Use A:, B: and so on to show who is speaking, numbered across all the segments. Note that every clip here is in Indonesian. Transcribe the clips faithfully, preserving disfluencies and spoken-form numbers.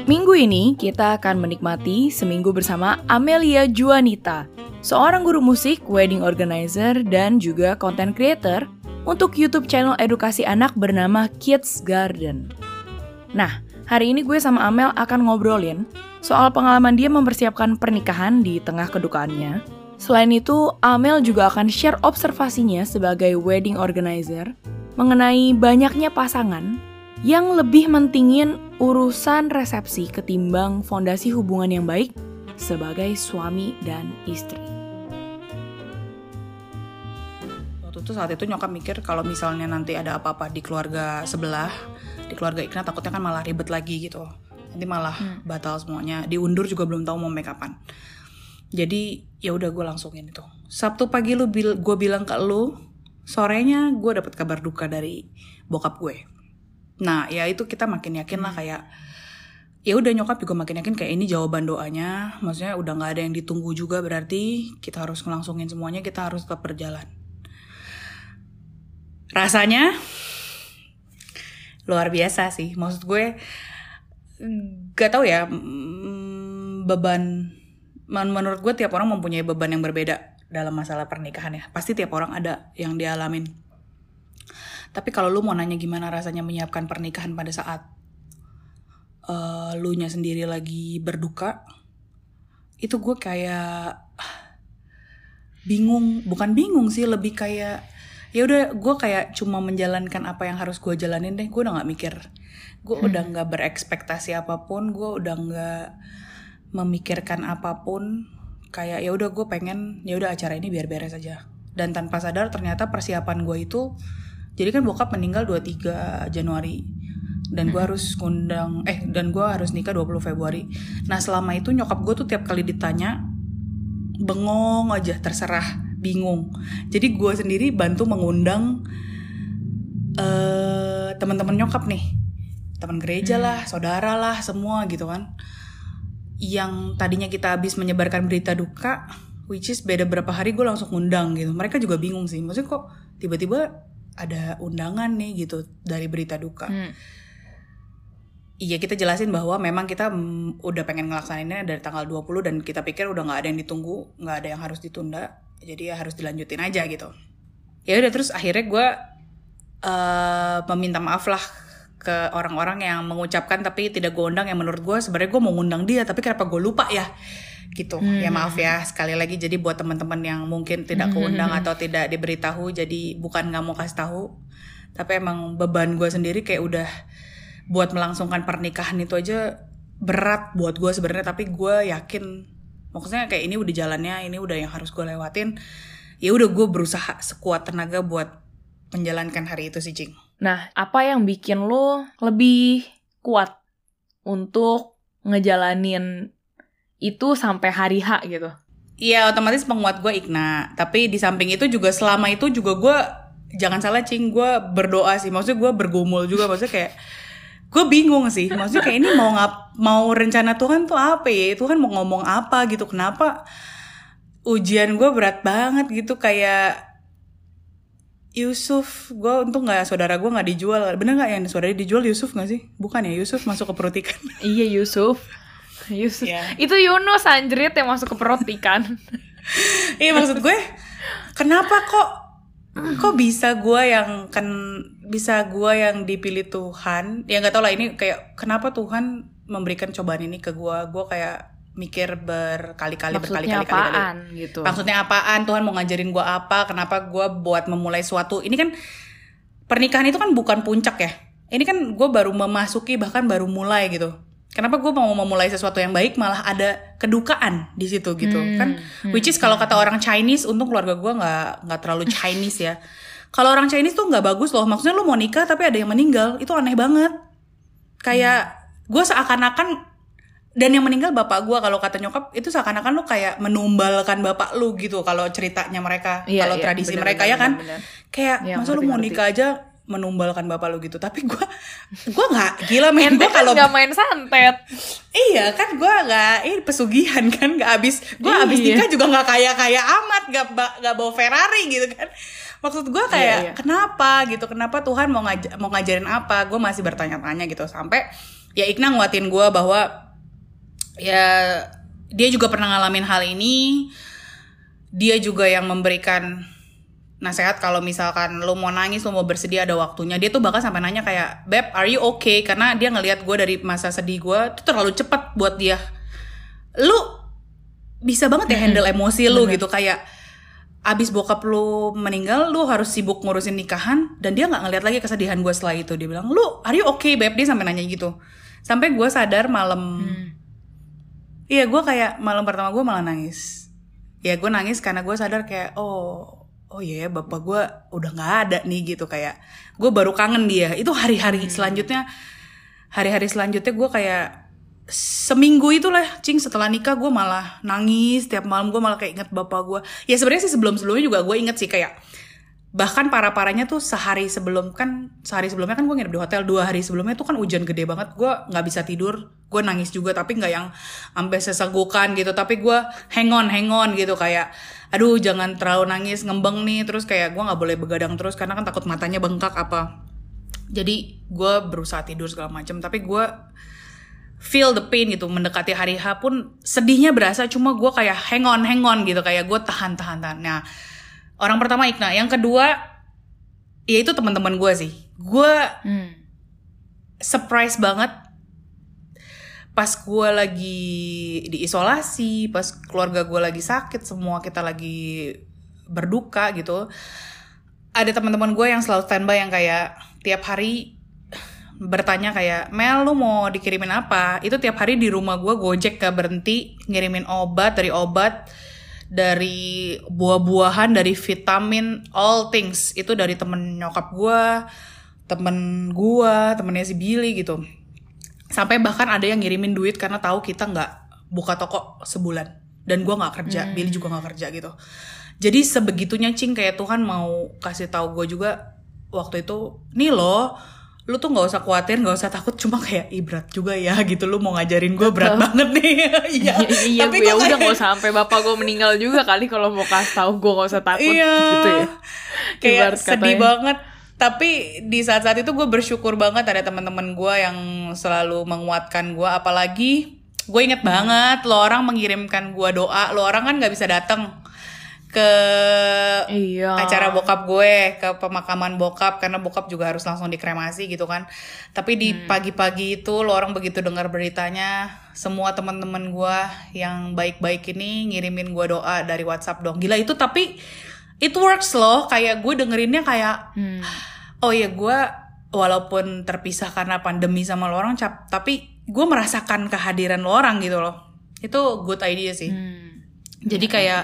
A: Minggu ini kita akan menikmati seminggu bersama Amelia Juanita, seorang guru musik, wedding organizer, dan juga content creator untuk YouTube channel edukasi anak bernama Kids Garden. Nah, hari ini gue sama Amel akan ngobrolin soal pengalaman dia mempersiapkan pernikahan di tengah kedukaannya. Selain itu, Amel juga akan share observasinya sebagai wedding organizer mengenai banyaknya pasangan yang lebih mentingin urusan resepsi ketimbang fondasi hubungan yang baik sebagai suami dan istri.
B: Waktu itu saat itu nyokap mikir kalau misalnya nanti ada apa-apa di keluarga sebelah, di keluarga Ikna takutnya kan malah ribet lagi gitu. Nanti malah hmm. batal semuanya, diundur juga belum tahu mau make kapan. Jadi ya udah gue langsungin itu. Sabtu pagi lu bil- gue bilang ke lu, sorenya gue dapet kabar duka dari bokap gue. Nah ya itu kita makin yakin lah kayak ya udah nyokap juga makin yakin kayak ini jawaban doanya, maksudnya udah nggak ada yang ditunggu juga, berarti kita harus ngelangsungin semuanya, kita harus tetap berjalan. Rasanya luar biasa sih, maksud gue gak tahu ya, beban menurut gue tiap orang mempunyai beban yang berbeda dalam masalah pernikahan ya, pasti tiap orang ada yang dialamin. Tapi kalau lu mau nanya gimana rasanya menyiapkan pernikahan pada saat uh, lu nya sendiri lagi berduka, itu gue kayak bingung, bukan bingung sih, lebih kayak ya udah gue kayak cuma menjalankan apa yang harus gue jalanin deh. Gue udah nggak mikir, gue hmm. udah nggak berekspektasi apapun, gue udah nggak memikirkan apapun. Kayak ya udah gue pengen ya udah acara ini biar beres aja. Dan tanpa sadar ternyata persiapan gue itu, jadi kan bokap meninggal dua puluh tiga Januari dan gue harus ngundang eh dan gue harus nikah dua puluh Februari. Nah selama itu nyokap gue tuh tiap kali ditanya bengong aja, terserah, bingung. Jadi gue sendiri bantu mengundang uh, teman-teman nyokap nih, teman gereja lah, saudara lah, semua gitu kan. Yang tadinya kita habis menyebarkan berita duka, which is beda berapa hari gue langsung ngundang gitu. Mereka juga bingung sih, maksudnya kok tiba-tiba ada undangan nih gitu dari berita duka. Hmm. Iya kita jelasin bahwa memang kita mm, udah pengen ngelaksanainnya dari tanggal dua puluh dan kita pikir udah gak ada yang ditunggu, gak ada yang harus ditunda. Jadi ya harus dilanjutin aja gitu. Ya udah terus akhirnya gue uh, meminta maaf lah ke orang-orang yang mengucapkan tapi tidak gue undang, yang menurut gue sebenarnya gue mau ngundang dia tapi kenapa gue lupa ya gitu. Hmm. Ya maaf ya sekali lagi, jadi buat teman-teman yang mungkin tidak keundang hmm. atau tidak diberitahu, jadi bukan nggak mau kasih tahu, tapi emang beban gue sendiri kayak udah buat melangsungkan pernikahan itu aja berat buat gue sebenarnya. Tapi gue yakin maksudnya kayak ini udah jalannya, ini udah yang harus gue lewatin. Ya udah gue berusaha sekuat tenaga buat menjalankan hari itu sih, Cing.
A: Nah, apa yang bikin lo lebih kuat untuk ngejalanin itu sampai hari H gitu?
B: Iya, otomatis penguat gue Ikna. Tapi di samping itu juga selama itu juga gue, jangan salah Cing, gue berdoa sih. Maksudnya gue bergumul juga, maksudnya kayak gue bingung sih. Maksudnya kayak ini mau ngap, mau rencana Tuhan tuh apa ya? Tuhan mau ngomong apa gitu? Kenapa ujian gue berat banget gitu, kayak Yusuf, gue untung nggak, saudara gue nggak dijual. Bener nggak yang saudara dijual Yusuf nggak sih? Bukan ya, Yusuf masuk ke perut ikan.
A: Iya Yusuf. Yusuf. Yeah. Itu Yunus anjrit yang masuk ke perut ikan.
B: Iya maksud gue, kenapa kok kok bisa gue yang kan bisa gue yang dipilih Tuhan? Ya nggak tau lah, ini kayak kenapa Tuhan memberikan cobaan ini ke gue? Gue kayak mikir berkali-kali
A: Maksudnya
B: berkali-kali
A: apaan,
B: kali.
A: Gitu.
B: Maksudnya apaan? Tuhan mau ngajarin gue apa? Kenapa gue buat memulai suatu? Ini kan pernikahan itu kan bukan puncak ya. Ini kan gue baru memasuki, bahkan baru mulai gitu. Kenapa gue mau memulai sesuatu yang baik malah ada kedukaan di situ gitu hmm, kan? Hmm, Which is kalau kata orang Chinese, untung keluarga gue nggak nggak terlalu Chinese ya. Kalau orang Chinese tuh nggak bagus loh. Maksudnya lu mau nikah tapi ada yang meninggal, itu aneh banget. Kayak hmm. gue seakan-akan, dan yang meninggal bapak gue, kalau kata nyokap itu seakan-akan lu kayak menumbalkan bapak lu gitu. Kalau ceritanya mereka, iya, kalau iya, tradisi bener, mereka bener, ya kan, bener, bener. Kayak ya, masa lu mau nikah aja menumbalkan bapak lu gitu. Tapi gue gue nggak gila main, gue kalau
A: nggak main santet.
B: Iya kan, gue nggak ini pesugihan kan, nggak abis gue iya. abis nikah juga nggak kaya kaya amat, nggak nggak bawa Ferrari gitu kan. Maksud gue kayak iya, iya. kenapa gitu, kenapa Tuhan mau ngaj- mau ngajarin apa? Gue masih bertanya-tanya gitu sampai ya Ikna nguatin gue bahwa ya dia juga pernah ngalamin hal ini. Dia juga yang memberikan nasihat kalau misalkan lo mau nangis, lo mau bersedih, ada waktunya. Dia tuh bahkan sampai nanya kayak, Beb, are you okay? Karena dia ngelihat gue dari masa sedih gue tuh terlalu cepat buat dia. Lu bisa banget ya handle emosi lu gitu, kayak abis bokap lu meninggal, lu harus sibuk ngurusin nikahan, dan dia nggak ngeliat lagi kesedihan gue setelah itu. Dia bilang, lu are you okay, Beb? Dia sampai nanya gitu. Sampai gue sadar malam, hmm. iya gue kayak malam pertama gue malah nangis. Ya gue nangis karena gue sadar kayak oh oh iya yeah, bapak gue udah nggak ada nih gitu, kayak gue baru kangen dia. Itu hari-hari hmm. selanjutnya, hari-hari selanjutnya gue kayak seminggu itulah cing setelah nikah gue malah nangis tiap malam. Gue malah kayak inget bapak gue. Ya sebenarnya sih sebelum-sebelumnya juga gue inget sih, kayak bahkan parah-parahnya tuh sehari sebelum kan sehari sebelumnya kan gue nginep di hotel, dua hari sebelumnya tuh kan hujan gede banget, gue nggak bisa tidur, gue nangis juga tapi nggak yang sampai sesegukan gitu, tapi gue hang on hang on gitu, kayak aduh jangan terlalu nangis ngembeng nih, terus kayak gue nggak boleh begadang terus karena kan takut matanya bengkak apa. Jadi gue berusaha tidur segala macam, tapi gue feel the pain gitu. Mendekati hari H pun sedihnya berasa, cuma gue kayak hang on hang on gitu, kayak gue tahan tahan tahan. Nah, orang pertama Ikna, yang kedua ya itu teman-teman gue sih. Gue hmm. surprise banget pas gue lagi diisolasi, pas keluarga gue lagi sakit, semua kita lagi berduka gitu. Ada teman-teman gue yang selalu standby, yang kayak tiap hari bertanya kayak, Mel lu mau dikirimin apa? Itu tiap hari di rumah gue Gojek gak berhenti ngirimin obat, dari obat, dari buah-buahan, dari vitamin, all things. Itu dari temen nyokap gue, temen gue, temennya si Billy gitu. Sampai bahkan ada yang ngirimin duit karena tahu kita nggak buka toko sebulan, dan gue nggak kerja, hmm. Billy juga nggak kerja gitu. Jadi sebegitunya cing, kayak Tuhan mau kasih tahu gue juga waktu itu, nih loh, lu tuh nggak usah khawatir, nggak usah takut, cuma kayak ih berat juga ya gitu, lu mau ngajarin gue berat banget nih. Iya,
A: iya, tapi ya udah nggak usah sampai bapak gue meninggal juga kali kalau mau kasih tahu gue nggak usah takut. Iya, gitu ya.
B: Kayak sedih banget. Tapi di saat-saat itu gue bersyukur banget ada teman-teman gue yang selalu menguatkan gue. Apalagi gue inget banget lo orang mengirimkan gue doa. Lo orang kan nggak bisa datang ke iya. acara bokap gue, ke pemakaman bokap, karena bokap juga harus langsung dikremasi gitu kan. Tapi di hmm. pagi-pagi itu lo orang begitu dengar beritanya, semua teman-teman gue yang baik-baik ini ngirimin gue doa dari WhatsApp dong. Gila itu, tapi it works loh. Kayak gue dengerinnya kayak hmm. oh iya, gue walaupun terpisah karena pandemi sama lo orang, cap, tapi gue merasakan kehadiran lo orang gitu loh. Itu good idea sih. hmm. Jadi kayak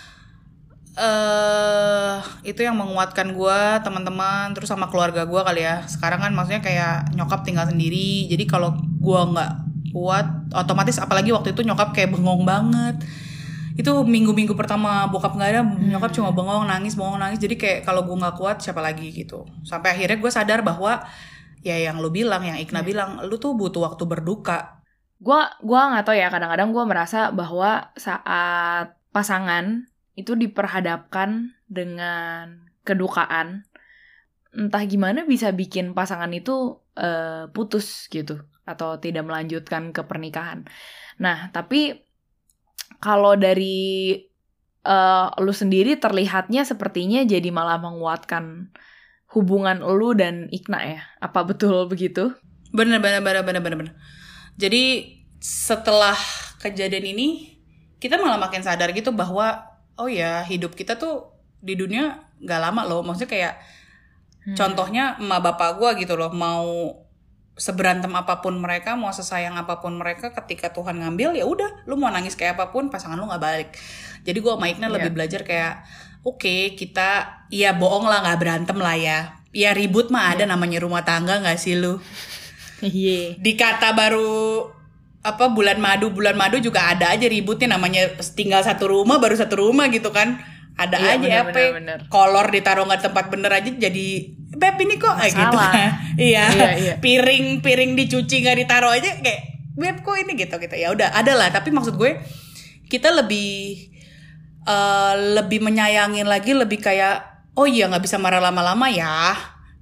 B: Uh, itu yang menguatkan gue, teman-teman, terus sama keluarga gue kali ya. Sekarang kan maksudnya kayak nyokap tinggal sendiri, jadi kalau gue nggak kuat, otomatis apalagi waktu itu nyokap kayak bengong banget. Itu minggu-minggu pertama bokap nggak ada, nyokap cuma bengong nangis, bengong nangis. Jadi kayak kalau gue nggak kuat siapa lagi gitu. Sampai akhirnya gue sadar bahwa ya yang lu bilang, yang Ikna hmm. bilang, lu tuh butuh waktu berduka.
A: Gue gue nggak tahu ya, kadang-kadang gue merasa bahwa saat pasangan itu diperhadapkan dengan kedukaan, entah gimana bisa bikin pasangan itu uh, putus gitu, atau tidak melanjutkan ke pernikahan. Nah, tapi kalau dari uh, lu sendiri terlihatnya sepertinya jadi malah menguatkan hubungan lu dan Ikna ya. Apa betul begitu?
B: Bener, bener, bener, bener, bener. Jadi setelah kejadian ini, kita malah makin sadar gitu bahwa oh ya, hidup kita tuh di dunia gak lama loh. Maksudnya kayak hmm. contohnya emak bapak gue gitu loh. Mau seberantem apapun mereka, mau sesayang apapun mereka, ketika Tuhan ngambil ya udah, lu mau nangis kayak apapun, pasangan lu gak balik. Jadi gue sama Ikna yeah. lebih belajar kayak oke, okay, kita ya bohong lah, gak berantem lah ya. Ya ribut mah ada, yeah. namanya rumah tangga gak sih lu?
A: Iya. yeah.
B: Dikata baru apa bulan madu bulan madu juga ada aja ributnya, namanya tinggal satu rumah, baru satu rumah gitu kan, ada iya, aja apa kolor ditaruh nggak tempat bener aja jadi beb ini kok kayak gitu iya, iya, iya. piring piring dicuci nggak ditaruh aja kayak beb kok ini gitu gitu. Ya udah ada lah, tapi maksud gue kita lebih uh, lebih menyayangin lagi, lebih kayak oh iya nggak bisa marah lama-lama ya,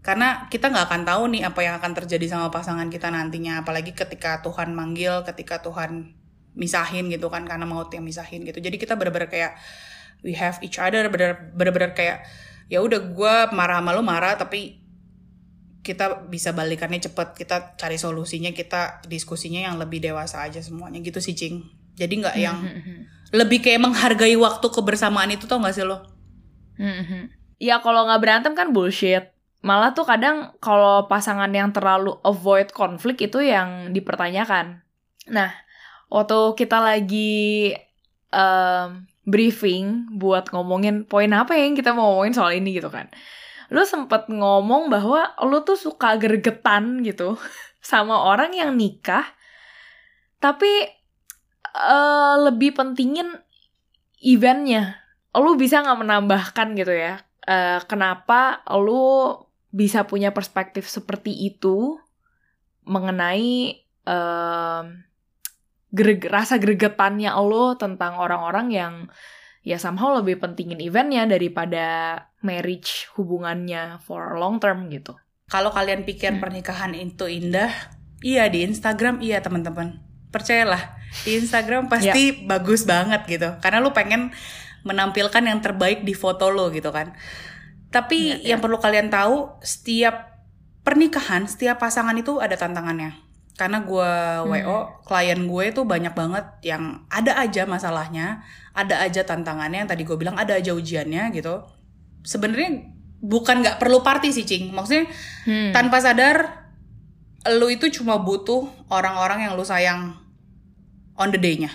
B: Karena kita nggak akan tahu nih apa yang akan terjadi sama pasangan kita nantinya. Apalagi ketika Tuhan manggil, ketika Tuhan misahin gitu kan. Karena maut yang misahin gitu. Jadi kita benar-benar kayak we have each other. Benar-benar kayak ya udah gue marah sama lo marah. Tapi kita bisa balikannya cepet. Kita cari solusinya. Kita diskusinya yang lebih dewasa aja semuanya gitu sih Cing. Jadi nggak yang lebih kayak menghargai waktu kebersamaan itu, tau gak sih lo?
A: Ya kalau nggak berantem kan bullshit. Malah tuh kadang kalau pasangan yang terlalu avoid konflik itu yang dipertanyakan. Nah, waktu kita lagi um, briefing buat ngomongin poin apa yang kita mau ngomongin soal ini gitu kan. Lu sempet ngomong bahwa lu tuh suka gregetan gitu sama orang yang nikah, tapi uh, lebih pentingin eventnya. Lu bisa nggak menambahkan gitu ya? Uh, kenapa lu bisa punya perspektif seperti itu mengenai um, greg- rasa gregetannya lo tentang orang-orang yang ya somehow lebih pentingin eventnya daripada marriage hubungannya for long term gitu.
B: Kalau kalian pikir hmm. pernikahan itu indah, iya di Instagram iya teman-teman. Percayalah, di Instagram pasti yeah. bagus banget gitu. Karena lu pengen menampilkan yang terbaik di foto lo gitu kan. Tapi ya, yang ya. perlu kalian tahu, setiap pernikahan, setiap pasangan itu ada tantangannya. Karena gue W O, hmm. klien gue itu banyak banget yang ada aja masalahnya, ada aja tantangannya, yang tadi gue bilang ada aja ujiannya gitu. Sebenarnya bukan nggak perlu party sih Cing, maksudnya hmm. tanpa sadar, lu itu cuma butuh orang-orang yang lu sayang on the day-nya.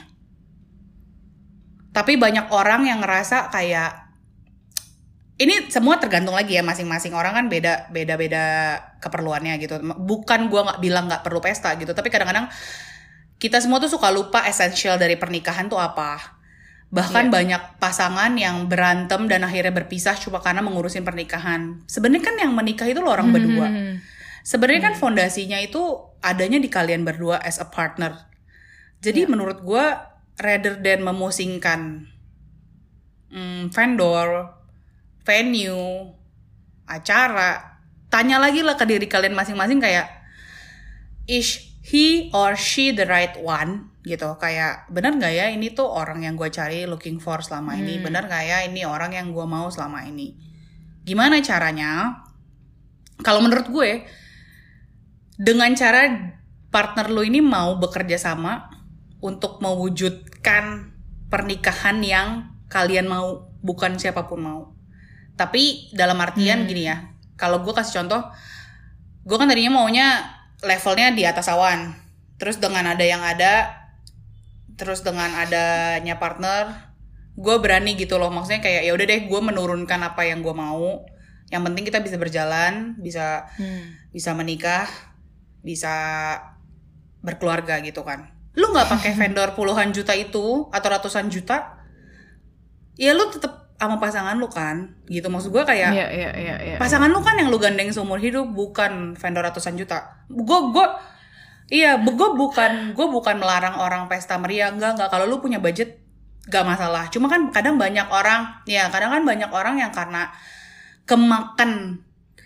B: Tapi banyak orang yang ngerasa kayak ini semua tergantung lagi ya, masing-masing orang kan beda beda beda keperluannya gitu. Bukan gue nggak bilang nggak perlu pesta gitu, tapi kadang-kadang kita semua tuh suka lupa esensial dari pernikahan tuh apa. Bahkan yeah. banyak pasangan yang berantem dan akhirnya berpisah cuma karena mengurusin pernikahan. Sebenarnya kan yang menikah itu lo orang mm-hmm. berdua. Sebenarnya mm-hmm. kan fondasinya itu adanya di kalian berdua as a partner. Jadi yeah. menurut gue rather than memusingkan hmm, vendor, venue, acara, tanya lagi lah ke diri kalian masing-masing kayak is he or she the right one gitu, kayak benar nggak ya ini tuh orang yang gue cari looking for selama hmm. ini, benar nggak ya ini orang yang gue mau selama ini. Gimana caranya? Kalau menurut gue dengan cara partner lo ini mau bekerja sama untuk mewujudkan pernikahan yang kalian mau, bukan siapapun mau. Tapi dalam artian hmm. gini ya, kalau gue kasih contoh, gue kan tadinya maunya levelnya di atas awan. Terus dengan ada yang ada, terus dengan adanya partner, gue berani gitu loh. Maksudnya kayak ya udah deh, gue menurunkan apa yang gue mau. Yang penting kita bisa berjalan, bisa hmm. bisa menikah, bisa berkeluarga gitu kan. Lu nggak pakai vendor puluhan juta itu atau ratusan juta, ya lu tetap sama pasangan lu kan, gitu. Maksud gue kayak
A: yeah, yeah, yeah, yeah,
B: pasangan yeah. lu kan yang lu gandeng seumur hidup, bukan vendor ratusan juta. Gue gue iya, gue bukan gue bukan melarang orang pesta meriah, enggak enggak. Kalau lu punya budget, gak masalah. Cuma kan kadang banyak orang, ya kadang kan banyak orang yang karena kemakan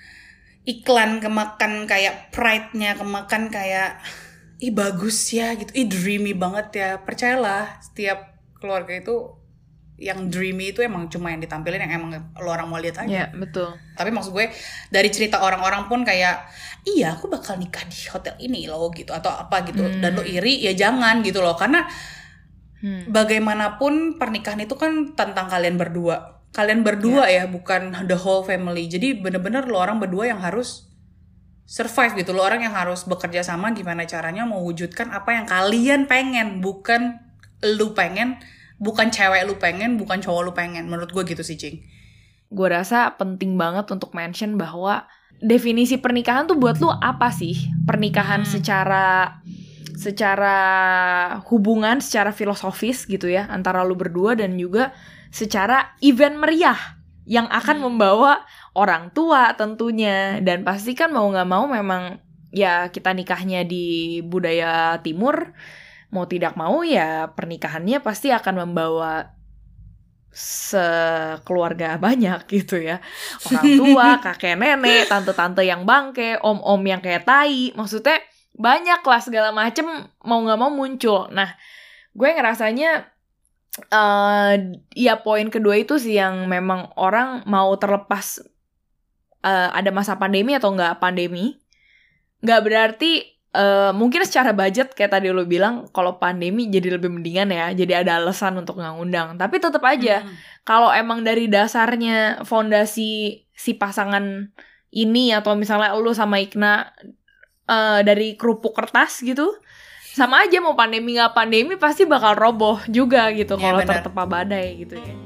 B: iklan, kemakan kayak pride-nya, kemakan kayak ih bagus ya gitu, ih dreamy banget ya. Percayalah, setiap keluarga itu yang dreamy itu emang cuma yang ditampilin yang emang lo orang mau lihat aja.
A: Iya, betul.
B: Tapi maksud gue dari cerita orang-orang pun kayak iya aku bakal nikah di hotel ini loh gitu atau apa gitu. Hmm. Dan lo iri ya jangan gitu loh. Karena hmm. bagaimanapun pernikahan itu kan tentang kalian berdua. Kalian berdua yeah. ya, bukan the whole family. Jadi bener-bener lo orang berdua yang harus survive gitu. Lo orang yang harus bekerja sama gimana caranya mewujudkan apa yang kalian pengen. Bukan lu pengen, bukan cewek lu pengen, bukan cowok lu pengen. Menurut gue gitu sih, Cing.
A: Gue rasa penting banget untuk mention bahwa definisi pernikahan tuh buat lu apa sih? Pernikahan hmm. secara secara hubungan, secara filosofis gitu ya, antara lu berdua dan juga secara event meriah yang akan hmm. membawa orang tua tentunya. Dan pasti kan mau gak mau memang ya kita nikahnya di budaya timur, mau tidak mau ya pernikahannya pasti akan membawa sekeluarga banyak gitu ya. Orang tua, kakek nenek, tante-tante yang bangke, om-om yang kayak tai. Maksudnya banyak lah segala macem mau gak mau muncul. Nah, gue ngerasanya uh, ya poin kedua itu sih yang memang orang mau terlepas uh, ada masa pandemi atau gak pandemi. Gak berarti uh, mungkin secara budget kayak tadi lo bilang kalau pandemi jadi lebih mendingan ya. Jadi ada alasan untuk gak ngundang. Tapi tetap aja hmm. kalau emang dari dasarnya fondasi si pasangan ini atau misalnya lo sama Ikna Uh, dari kerupuk kertas gitu, sama aja mau pandemi nggak pandemi pasti bakal roboh juga gitu ya, kalau tertempa badai gitu ya.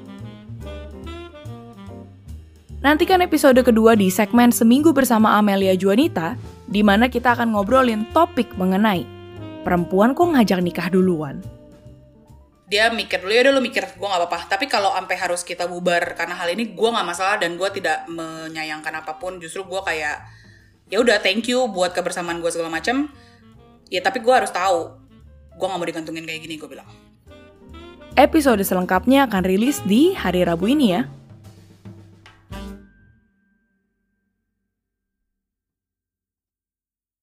A: Nantikan episode kedua di segmen Seminggu bersama Amelia Juanita, di mana kita akan ngobrolin topik mengenai perempuan kok ngajak nikah duluan.
B: Dia mikir dulu, ya udah lu mikir, gue nggak apa-apa. Tapi kalau sampai harus kita bubar karena hal ini, gue nggak masalah dan gue tidak menyayangkan apapun. Justru gue kayak ya udah thank you buat kebersamaan gue segala macam. Ya tapi gue harus tahu gue nggak mau digantungin kayak gini, gue bilang.
A: Episode selengkapnya akan rilis di hari Rabu ini ya.